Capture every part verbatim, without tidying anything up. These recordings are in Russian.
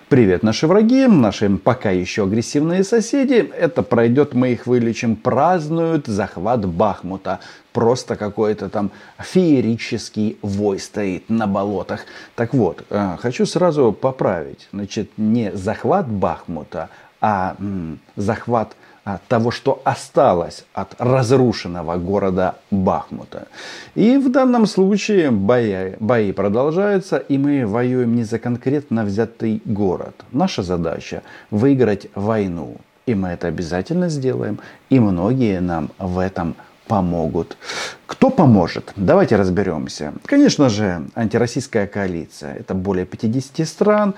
Привет, наши враги, наши пока еще агрессивные соседи. Это пройдет, мы их вылечим. Празднуют захват Бахмута. Просто какой-то там феерический вой стоит на болотах. Так вот, хочу сразу поправить. Значит, не захват Бахмута, а м, захват того, что осталось от разрушенного города Бахмута. И в данном случае бои, бои продолжаются, и мы воюем не за конкретно взятый город. Наша задача – выиграть войну. И мы это обязательно сделаем, и многие нам в этом помогут. Кто поможет? Давайте разберемся. Конечно же, антироссийская коалиция. Это более пятидесяти стран.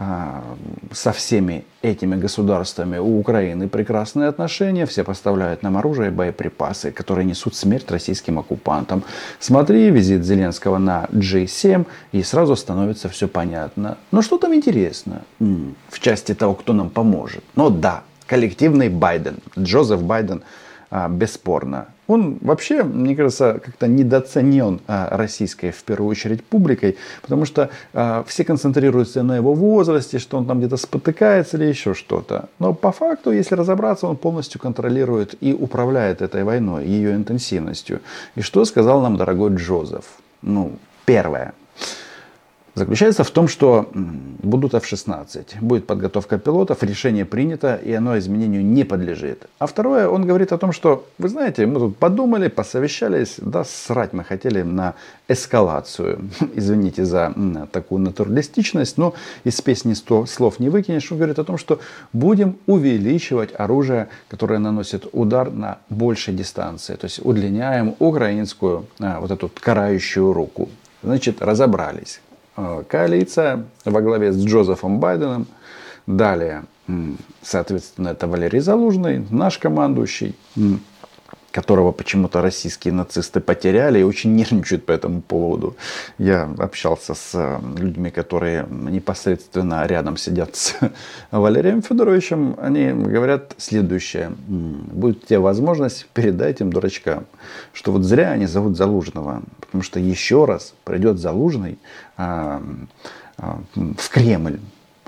Со всеми этими государствами у Украины прекрасные отношения. Все поставляют нам оружие и боеприпасы, которые несут смерть российским оккупантам. Смотри визит Зеленского на джи семь, и сразу становится все понятно. Но что там интересно в части того, кто нам поможет? Ну да, коллективный Байден. Джозеф Байден, бесспорно. Он вообще, мне кажется, как-то недооценен а, российской, в первую очередь, публикой, потому что а, все концентрируются на его возрасте, что он там где-то спотыкается или еще что-то. Но по факту, если разобраться, он полностью контролирует и управляет этой войной, ее интенсивностью. И что сказал нам дорогой Джозеф? Ну, первое. Заключается в том, что будут эф шестнадцать. Будет подготовка пилотов, решение принято, и оно изменению не подлежит. А второе, он говорит о том, что, вы знаете, мы тут подумали, посовещались, да срать мы хотели на эскалацию. Извините за такую натуралистичность, но из песни сто слов не выкинешь. Он говорит о том, что будем увеличивать оружие, которое наносит удар на большей дистанции. То есть удлиняем украинскую вот эту карающую руку. Значит, разобрались. Коалиция во главе с Джозефом Байденом. Далее, соответственно, это Валерий Залужный, наш командующий, которого почему-то российские нацисты потеряли и очень нервничают по этому поводу. Я общался с людьми, которые непосредственно рядом сидят с Валерием Федоровичем. Они говорят следующее. Будет тебе возможность, передать им дурачкам, что вот зря они зовут Залужного. Потому что еще раз придет Залужный а, а, в Кремль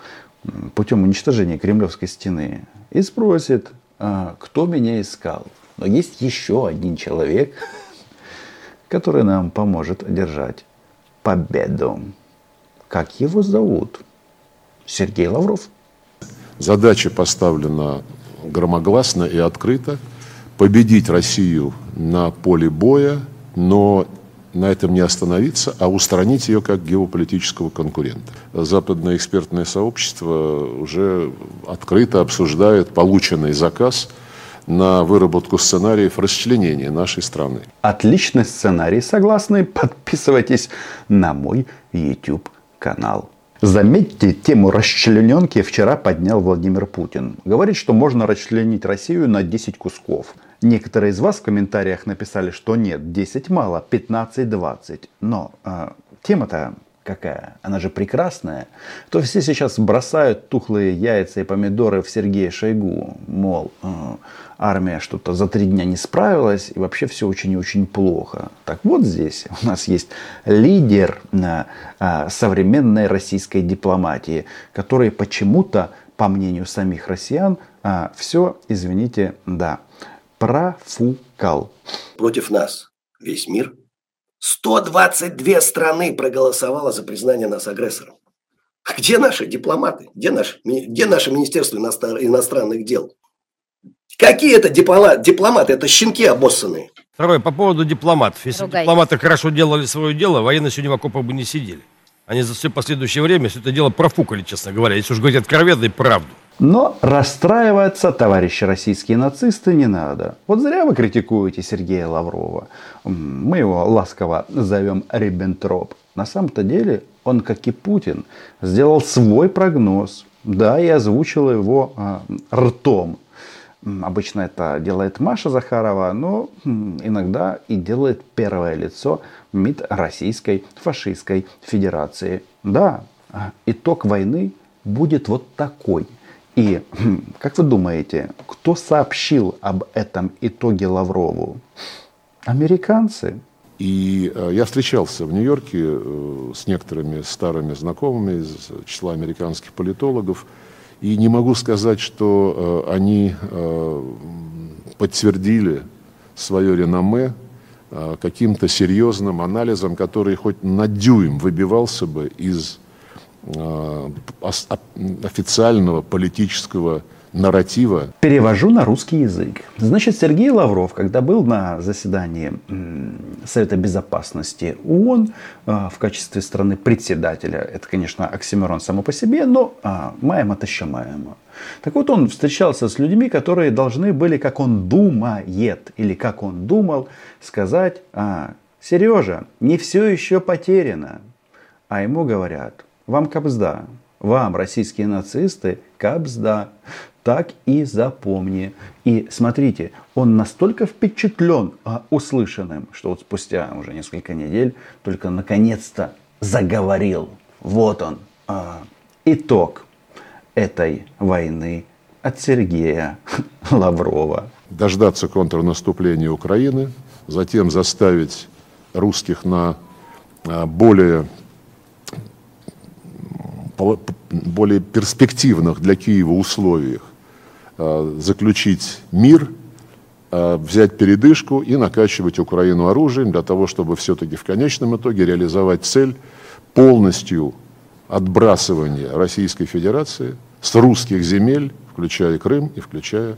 путем уничтожения Кремлевской стены и спросит, а, кто меня искал. Но есть еще один человек, который нам поможет одержать победу. Как его зовут? Сергей Лавров. Задача поставлена громогласно и открыто. Победить Россию на поле боя, но на этом не остановиться, а устранить ее как геополитического конкурента. Западное экспертное сообщество уже открыто обсуждает полученный заказ на выработку сценариев расчленения нашей страны. Отличный сценарий, согласны? Подписывайтесь на мой YouTube канал. Заметьте, тему расчлененки вчера поднял Владимир Путин. Говорит, что можно расчленить Россию на десять кусков. Некоторые из вас в комментариях написали, что нет, десять мало, пятнадцать-двадцать. Но э, тема-то какая? Она же прекрасная. То все сейчас бросают тухлые яйца и помидоры в Сергея Шойгу. Мол, э, армия что-то за три дня не справилась и вообще все очень и очень плохо. Так вот здесь у нас есть лидер э, э, современной российской дипломатии, который почему-то, по мнению самих россиян, э, все, извините, да, профукал. Против нас весь мир. сто двадцать две страны проголосовало за признание нас агрессором. Где наши дипломаты? Где наше, где наше Министерство иностранных дел? Какие это дипломаты? Это щенки обоссанные. Второе, по поводу дипломатов. Если Ругайтесь. Дипломаты хорошо делали свое дело, военные сегодня в окопах бы не сидели. Они за все последующее время все это дело профукали, честно говоря, если уж говорить откровенно и правду. Но расстраиваться, товарищи российские нацисты, не надо. Вот зря вы критикуете Сергея Лаврова. Мы его ласково зовем Риббентроп. На самом-то деле он, как и Путин, сделал свой прогноз. Да, и озвучил его а, ртом. Обычно это делает Маша Захарова, но иногда и делает первое лицо МИД Российской фашистской Федерации. Да, итог войны будет вот такой. И, как вы думаете, кто сообщил об этом итоге Лаврову? Американцы. И я встречался в Нью-Йорке с некоторыми старыми знакомыми из числа американских политологов, и не могу сказать, что они подтвердили свое реноме каким-то серьезным анализом, который хоть на дюйм выбивался бы из официального политического нарратива. Перевожу на русский язык. Значит, Сергей Лавров, когда был на заседании Совета Безопасности ООН в качестве страны председателя, это, конечно, оксимирон само по себе, но маем это еще маем. Так вот, он встречался с людьми, которые должны были, как он думает, или как он думал, сказать: а, Сережа, не все еще потеряно. А ему говорят: вам кабзда, вам, российские нацисты, кабзда. Так и запомни. И смотрите, он настолько впечатлен а, услышанным, что вот спустя уже несколько недель только наконец-то заговорил. Вот он, а, итог этой войны от Сергея Лаврова. Дождаться контрнаступления Украины, затем заставить русских на а, более... более перспективных для Киева условиях заключить мир, взять передышку и накачивать Украину оружием для того, чтобы все-таки в конечном итоге реализовать цель полностью отбрасывания Российской Федерации с русских земель, включая Крым и включая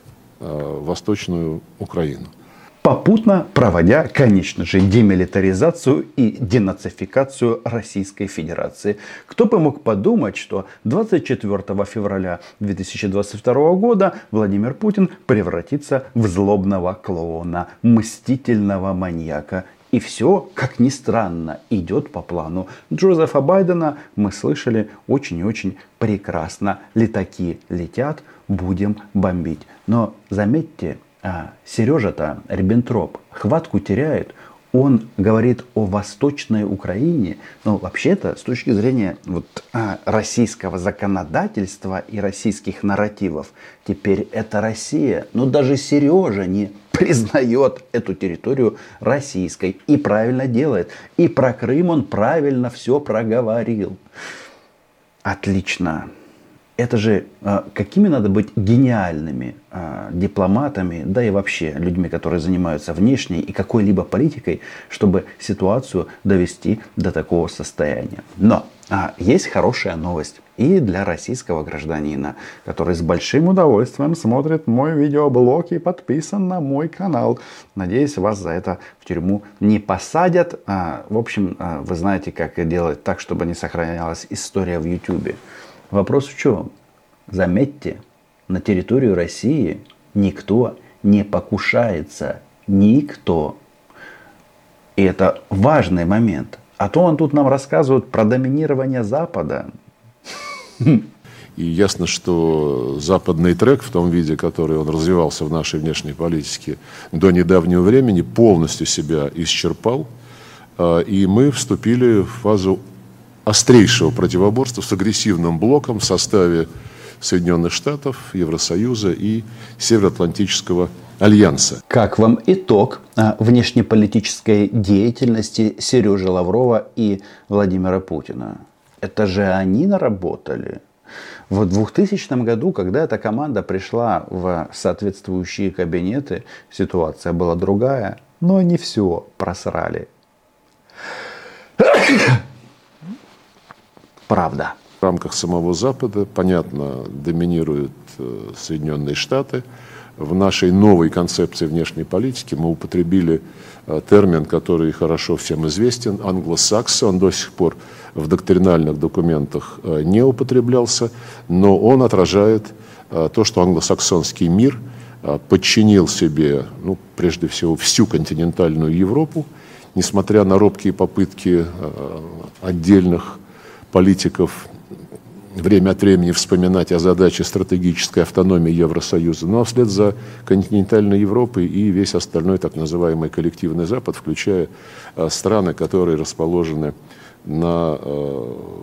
Восточную Украину. Попутно проводя, конечно же, демилитаризацию и денацификацию Российской Федерации. Кто бы мог подумать, что двадцать четвёртого февраля две тысячи двадцать второго года Владимир Путин превратится в злобного клоуна, мстительного маньяка. И все, как ни странно, идет по плану Джозефа Байдена. Мы слышали очень и очень прекрасно. Летаки летят, будем бомбить. Но заметьте, А, Сережа-то, Риббентроп, хватку теряет. Он говорит о Восточной Украине. Но вообще-то, с точки зрения вот, а, российского законодательства и российских нарративов, теперь это Россия. Но даже Сережа не признает эту территорию российской. И правильно делает. И про Крым он правильно все проговорил. Отлично. Это же э, какими надо быть гениальными э, дипломатами, да и вообще людьми, которые занимаются внешней и какой-либо политикой, чтобы ситуацию довести до такого состояния. Но э, есть хорошая новость и для российского гражданина, который с большим удовольствием смотрит мой видеоблог и подписан на мой канал. Надеюсь, вас за это в тюрьму не посадят. А, в общем, э, вы знаете, как делать так, чтобы не сохранялась история в YouTube. Вопрос в чем? Заметьте, на территорию России никто не покушается. Никто. И это важный момент. А то он тут нам рассказывает про доминирование Запада. И ясно, что западный трек в том виде, который он развивался в нашей внешней политике до недавнего времени, полностью себя исчерпал. И мы вступили в фазу острейшего противоборства с агрессивным блоком в составе Соединенных Штатов, Евросоюза и Североатлантического альянса. Как вам итог внешнеполитической деятельности Сережи Лаврова и Владимира Путина? Это же они наработали. В двухтысячном году, когда эта команда пришла в соответствующие кабинеты, ситуация была другая, но они все просрали. Правда. В рамках самого Запада, понятно, доминируют Соединенные Штаты. В нашей новой концепции внешней политики мы употребили термин, который хорошо всем известен, англосаксы. Он до сих пор в доктринальных документах не употреблялся, но он отражает то, что англосаксонский мир подчинил себе, ну, прежде всего, всю континентальную Европу, несмотря на робкие попытки отдельных политиков время от времени вспоминать о задаче стратегической автономии Евросоюза. Ну а вслед за континентальной Европой и весь остальной так называемый коллективный Запад, включая страны, которые расположены на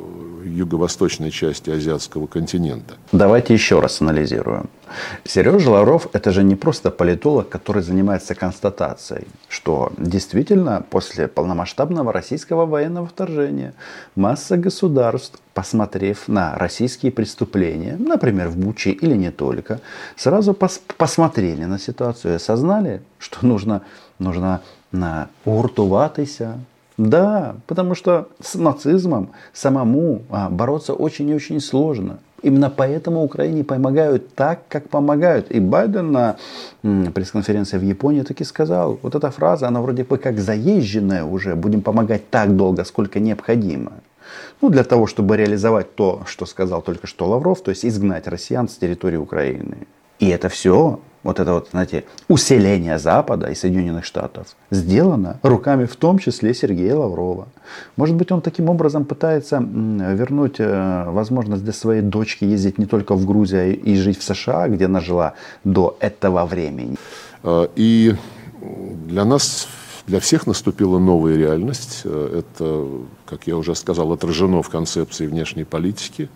юго-восточной части азиатского континента. Давайте еще раз анализируем. Сережа Лавров – это же не просто политолог, который занимается констатацией, что действительно после полномасштабного российского военного вторжения масса государств, посмотрев на российские преступления, например, в Буче или не только, сразу пос- посмотрели на ситуацию и осознали, что нужно, нужно на уртуватися. Да, потому что с нацизмом самому а, бороться очень и очень сложно. Именно поэтому Украине помогают так, как помогают. И Байден на м, пресс-конференции в Японии таки сказал, вот эта фраза, она вроде бы как заезженная уже, будем помогать так долго, сколько необходимо. Ну, для того, чтобы реализовать то, что сказал только что Лавров, то есть изгнать россиян с территории Украины. И это все, вот это вот, знаете, усиление Запада и Соединенных Штатов сделано руками в том числе Сергея Лаврова. Может быть, он таким образом пытается вернуть возможность для своей дочки ездить не только в Грузию и жить в США, где она жила до этого времени. И для нас, для всех наступила новая реальность. Это, как я уже сказал, отражено в концепции внешней политики.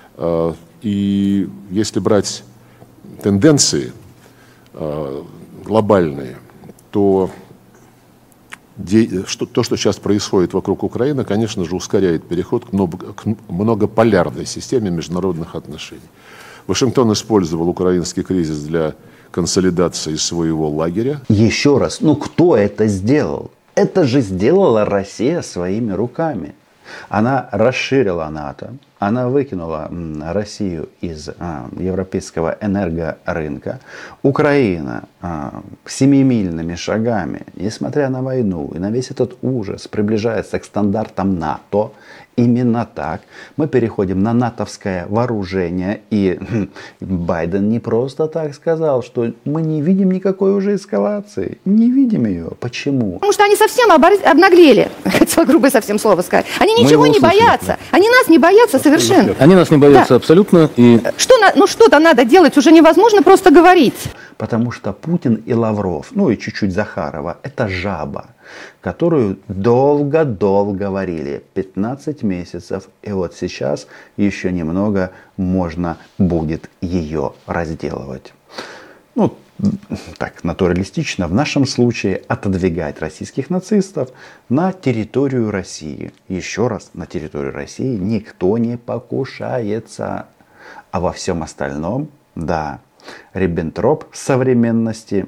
И если брать тенденции э, глобальные, то де, что, то, что сейчас происходит вокруг Украины, конечно же, ускоряет переход к, много, к многополярной системе международных отношений. Вашингтон использовал украинский кризис для консолидации своего лагеря. Еще раз, ну кто это сделал? Это же сделала Россия своими руками. Она расширила НАТО, она выкинула Россию из а, европейского энергорынка. Украина а, семимильными шагами, несмотря на войну и на весь этот ужас, приближается к стандартам НАТО. Именно так мы переходим на натовское вооружение. И Байден не просто так сказал, что мы не видим никакой уже эскалации. Не видим ее. Почему? Потому что они совсем обнаглели. Хотела грубо совсем слово сказать. Они ничего не услышали, боятся. Да. Они нас не боятся совершенно. Они нас не боятся, да. Абсолютно. И... Что, ну что-то надо делать, уже невозможно просто говорить. Потому что Путин и Лавров, ну и чуть-чуть Захарова, это жаба, которую долго-долго варили, пятнадцать месяцев, и вот сейчас еще немного можно будет ее разделывать. Ну, так натуралистично, в нашем случае отодвигать российских нацистов на территорию России. Еще раз, на территорию России никто не покушается. А во всем остальном, да, Риббентроп современности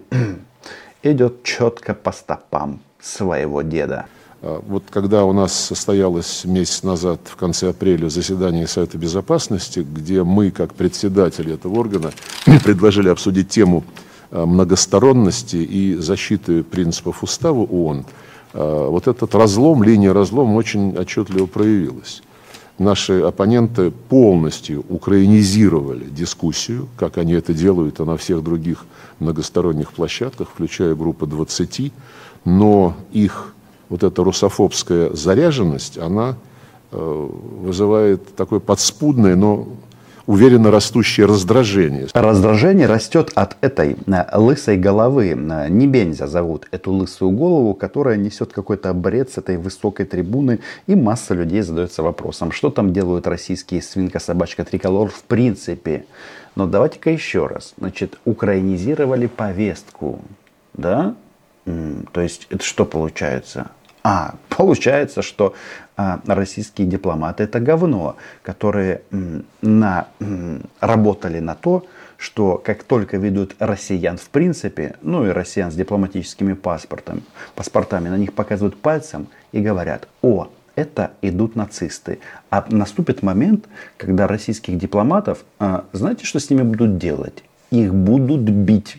идет четко по стопам своего деда. Вот когда у нас состоялось месяц назад, в конце апреля, заседание Совета Безопасности, где мы, как председатели этого органа, предложили обсудить тему многосторонности и защиты принципов устава ООН, вот этот разлом, линия разлома очень отчетливо проявилась. Наши оппоненты полностью украинизировали дискуссию, как они это делают, а на всех других многосторонних площадках, включая группу двадцать, но их вот эта русофобская заряженность, она э, вызывает такое подспудное, но уверенно растущее раздражение. Раздражение растет от этой лысой головы. Небензя зовут эту лысую голову, которая несет какой-то бред с этой высокой трибуны. И масса людей задается вопросом, что там делают российские свинка, собачка, триколор в принципе. Но давайте-ка еще раз. Значит, украинизировали повестку. Да? То есть это что получается? А, получается, что а, российские дипломаты это говно, которые м, на, м, работали на то, что как только ведут россиян в принципе, ну и россиян с дипломатическими паспортами, паспортами, на них показывают пальцем и говорят: о, это идут нацисты. А наступит момент, когда российских дипломатов, а, знаете, что с ними будут делать? Их будут бить.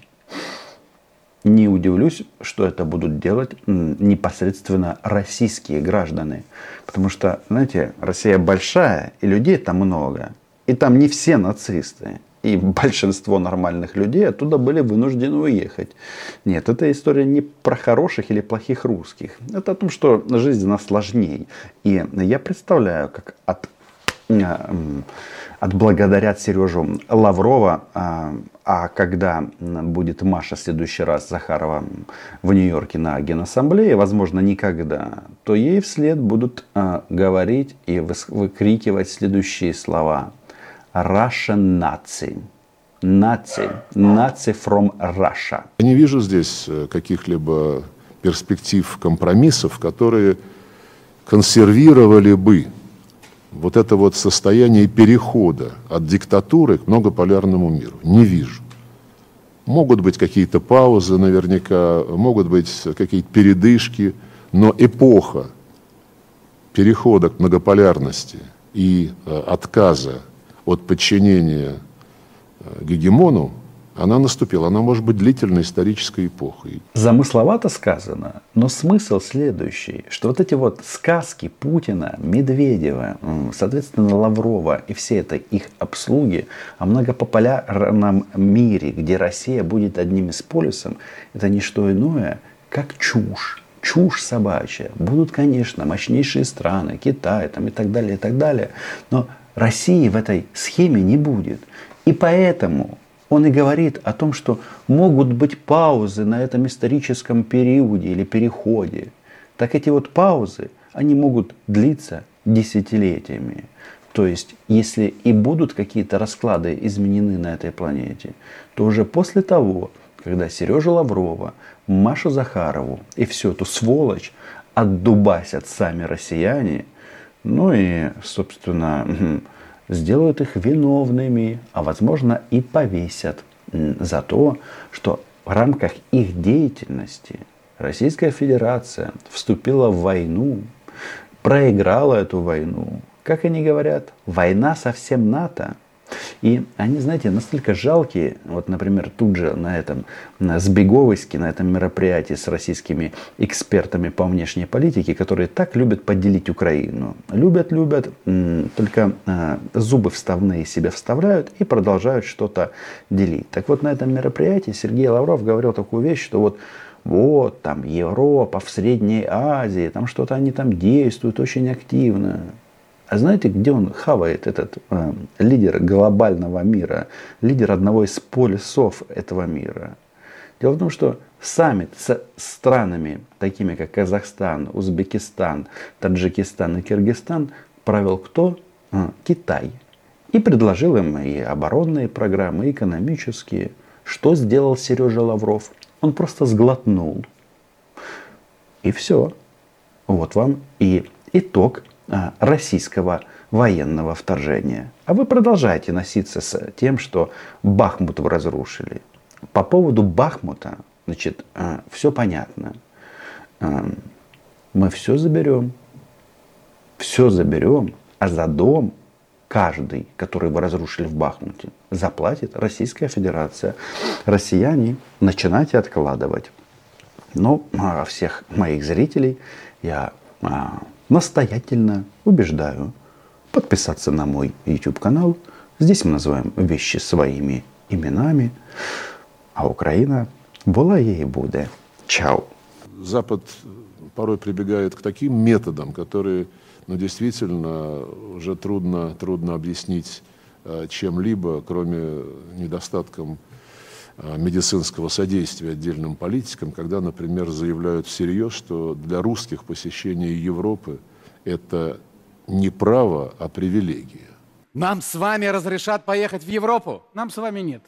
Не удивлюсь, что это будут делать непосредственно российские граждане. Потому что, знаете, Россия большая, и людей там много. И там не все нацисты. И большинство нормальных людей оттуда были вынуждены уехать. Нет, эта история не про хороших или плохих русских. Это о том, что жизнь у нас сложнее. И я представляю, как от отблагодарят Сережу Лаврова, а, а когда будет Маша в следующий раз Захарова в Нью-Йорке на Генассамблее, возможно, никогда, то ей вслед будут а, говорить и выкрикивать следующие слова. Russian Nazi. Nazi. Nazi from Russia. Я не вижу здесь каких-либо перспектив компромиссов, которые консервировали бы вот это вот состояние перехода от диктатуры к многополярному миру. Не вижу. Могут быть какие-то паузы наверняка, могут быть какие-то передышки, но эпоха перехода к многополярности и э, отказа от подчинения э, гегемону, она наступила. Она может быть длительной исторической эпохой. Замысловато сказано, но смысл следующий, что вот эти вот сказки Путина, Медведева, соответственно, Лаврова и все это их обслуги о многополярном мире, где Россия будет одним из полюсов, это не что иное, как чушь. Чушь собачья. Будут, конечно, мощнейшие страны, Китай там, и так далее, и так далее. Но России в этой схеме не будет. И поэтому он и говорит о том, что могут быть паузы на этом историческом периоде или переходе. Так эти вот паузы, они могут длиться десятилетиями. То есть, если и будут какие-то расклады изменены на этой планете, то уже после того, когда Сережу Лаврова, Машу Захарову и всю эту сволочь отдубасят сами россияне, ну и, собственно, сделают их виновными, а возможно и повесят за то, что в рамках их деятельности Российская Федерация вступила в войну, проиграла эту войну. Как они говорят, война со всем НАТО. И они, знаете, настолько жалкие, вот, например, тут же на этом, на Сбеговойске, на этом мероприятии с российскими экспертами по внешней политике, которые так любят поделить Украину. Любят, любят, только зубы вставные себе вставляют и продолжают что-то делить. Так вот, на этом мероприятии Сергей Лавров говорил такую вещь, что вот, вот там Европа в Средней Азии, там что-то они там действуют очень активно. А знаете, где он хавает, этот э, лидер глобального мира, лидер одного из полюсов этого мира? Дело в том, что саммит с странами, такими как Казахстан, Узбекистан, Таджикистан и Киргизстан, провел кто? А, Китай. И предложил им и оборонные программы, и экономические. Что сделал Сережа Лавров? Он просто сглотнул. И все. Вот вам и итог российского военного вторжения. А вы продолжаете носиться с тем, что Бахмут вы разрушили. По поводу Бахмута, значит, все понятно. Мы все заберем. Все заберем. А за дом каждый, который вы разрушили в Бахмуте, заплатит Российская Федерация. Россияне, начинайте откладывать. Но всех моих зрителей я настоятельно убеждаю подписаться на мой YouTube канал. Здесь мы называем вещи своими именами. А Украина была ей буде. Чао. Запад порой прибегает к таким методам, которые, ну, действительно уже трудно, трудно объяснить чем-либо, кроме недостатком медицинского содействия отдельным политикам, когда, например, заявляют всерьез, что для русских посещение Европы – это не право, а привилегия. Нам с вами разрешат поехать в Европу? Нам с вами нет.